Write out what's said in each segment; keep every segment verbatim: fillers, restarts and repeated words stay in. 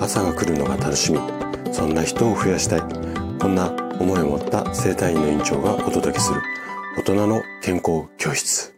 朝が来るのが楽しみ、そんな人を増やしたい、こんな思いを持った整体院の院長がお届けする大人の健康教室。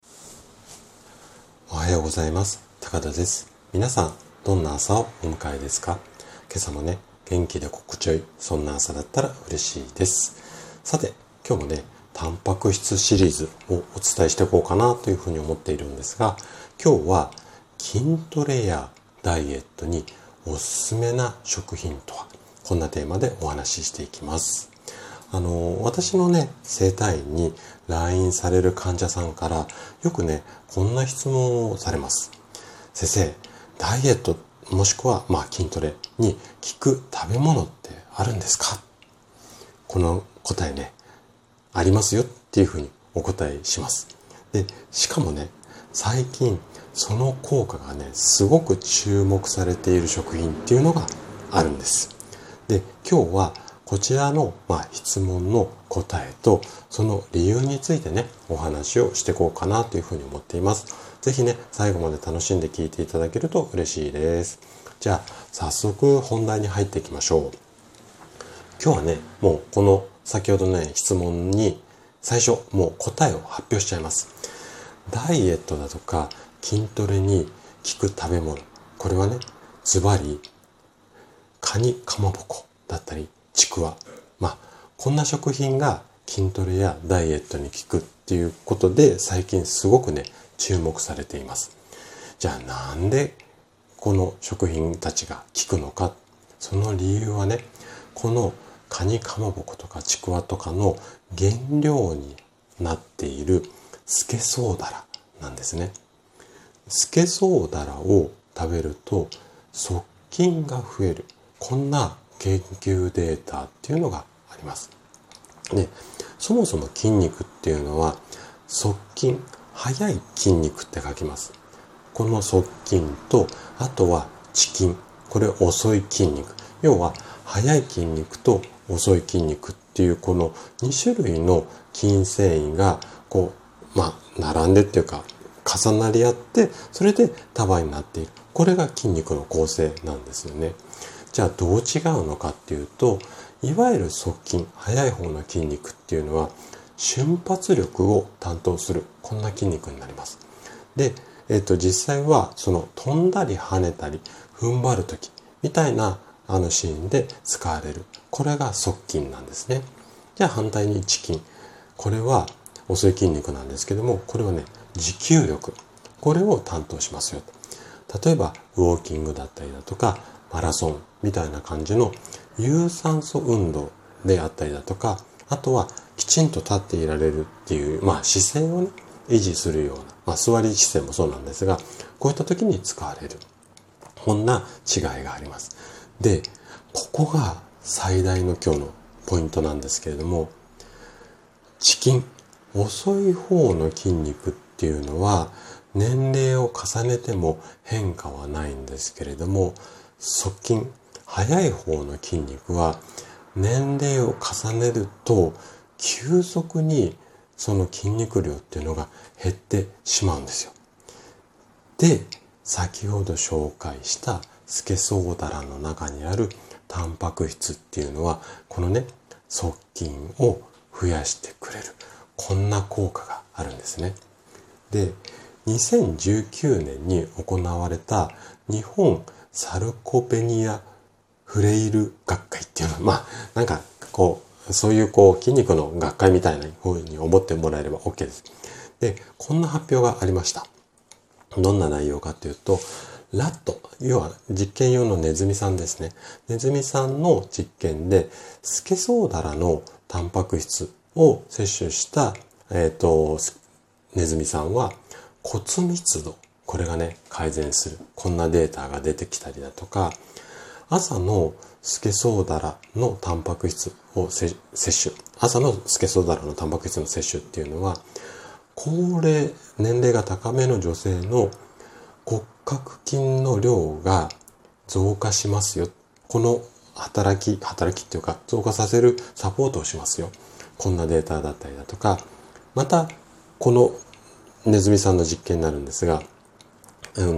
おはようございます。高田です。皆さんどんな朝をお迎えですか？今朝もね、元気で心地よい、そんな朝だったら嬉しいです。さて、今日もね、タンパク質シリーズをお伝えしていこうかなというふうに思っているんですが、今日は筋トレやダイエットにおすすめな食品とは、こんなテーマでお話ししていきます。あの私のね、整体院に来院される患者さんからよくね、こんな質問をされます。先生、ダイエットもしくはまあ筋トレに効く食べ物ってあるんですか？この答えね、ありますよっていうふうにお答えします。で、しかもね、最近その効果がね、すごく注目されている食品っていうのがあるんです。で、今日はこちらの、まあ、質問の答えとその理由についてね、お話をしていこうかなというふうに思っています。ぜひね、最後まで楽しんで聞いていただけると嬉しいです。じゃあ早速本題に入っていきましょう。今日はね、もうこの先ほどね、質問に最初もう答えを発表しちゃいます。ダイエットだとか筋トレに効く食べ物、これはね、ズバリカニかまぼこだったりちくわ、まあこんな食品が筋トレやダイエットに効くっていうことで最近すごくね、注目されています。じゃあなんでこの食品たちが効くのか。その理由はね、このカニかまぼことかちくわとかの原料になっているスケソウダラなんですね。スケソウダラを食べると側筋が増える、こんな研究データっていうのがあります。で、そもそも筋肉っていうのは側筋、速い筋肉って書きます。この側筋と、あとは遅筋、これ遅い筋肉、要は速い筋肉と遅い筋肉っていうこのに種類の筋繊維がこうまあ並んでっていうか重なり合って、それで束になっている、これが筋肉の構成なんですよね。じゃあどう違うのかっていうと、いわゆる側筋、速い方の筋肉っていうのは瞬発力を担当する、こんな筋肉になります。で、えっと実際はその飛んだり跳ねたり踏ん張る時みたいなあのシーンで使われる、これが側筋なんですね。じゃあ反対に遅筋、これは遅い筋肉なんですけども、これはね、持久力、これを担当しますよと。例えばウォーキングだったりだとかマラソンみたいな感じの有酸素運動であったりだとか、あとはきちんと立っていられるっていう、まあ姿勢をね、維持するような、まあ座り姿勢もそうなんですが、こういった時に使われる、こんな違いがあります。で、ここが最大の今日のポイントなんですけれども、遅筋、遅い方の筋肉っていうのは年齢を重ねても変化はないんですけれども、側筋、速い方の筋肉は年齢を重ねると急速にその筋肉量っていうのが減ってしまうんですよ。で、先ほど紹介したスケソウダラの中にあるタンパク質っていうのは、このね、側筋を増やしてくれる、こんな効果があるんですね。で、にせんじゅうきゅうねんに行われた日本サルコペニアフレイル学会っていうのは、まあなんかこうそういうこう筋肉の学会みたいな風に思ってもらえれば OK です。で、こんな発表がありました。どんな内容かというと、ラット、要は実験用のネズミさんですね。ネズミさんの実験でスケソウダラのタンパク質を摂取した、えっと、ネズミさんは骨密度、これがね、改善する、こんなデータが出てきたりだとか、朝のスケソウダラのタンパク質を摂取、朝のスケソウダラのタンパク質の摂取っていうのは、高齢、年齢が高めの女性の骨格筋の量が増加しますよ。この働き、働きっていうか増加させるサポートをしますよ。こんなデータだったりだとか、またこのネズミさんの実験になるんですが、うんと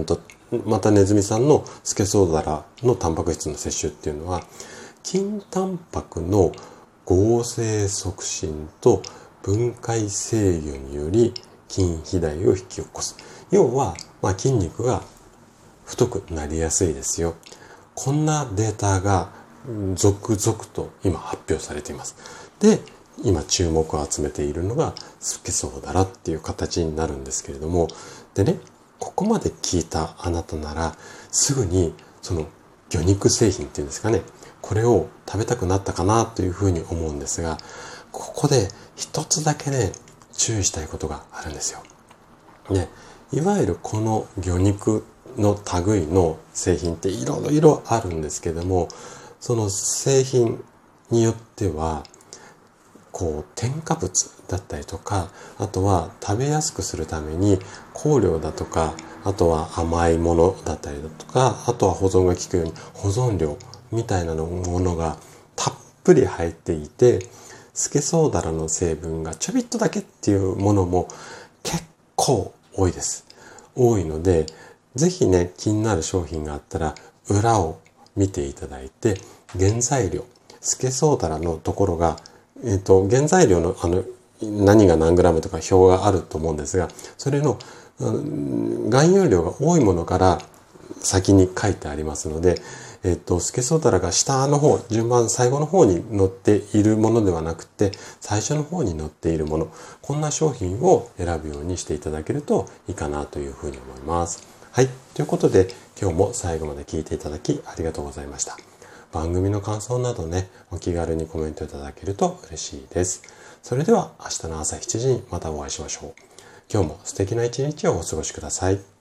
またネズミさんのスケソウダラのタンパク質の摂取っていうのは、筋タンパクの合成促進と分解制御により筋肥大を引き起こす。要は、まあ、筋肉が太くなりやすいですよ。こんなデータが続々と今発表されています。で、今注目を集めているのがスケソウダラっていう形になるんですけれども、でね、ここまで聞いたあなたならすぐにその魚肉製品っていうんですかね、これを食べたくなったかなというふうに思うんですが、ここで一つだけね、注意したいことがあるんですよ。ね、いわゆるこの魚肉の類の製品っていろいろあるんですけども、その製品によってはこう添加物だったりとか、あとは食べやすくするために香料だとか、あとは甘いものだったりだとか、あとは保存が効くように保存料みたいなものがたっぷり入っていて、スケソウダラの成分がちょびっとだけっていうものも結構多いです。多いので、ぜひね、気になる商品があったら裏を見ていただいて、原材料、スケソウダラのところが、えっと、原材料のあの何が何グラムとか表があると思うんですが、それの含有量が多いものから先に書いてありますので、えっと、スケソウダラが下の方、順番最後の方に載っているものではなくて、最初の方に載っているもの、こんな商品を選ぶようにしていただけるといいかなというふうに思います。はい。ということで、今日も最後まで聞いていただきありがとうございました。番組の感想などね、お気軽にコメントいただけると嬉しいです。それでは明日の朝しちじにまたお会いしましょう。今日も素敵な一日をお過ごしください。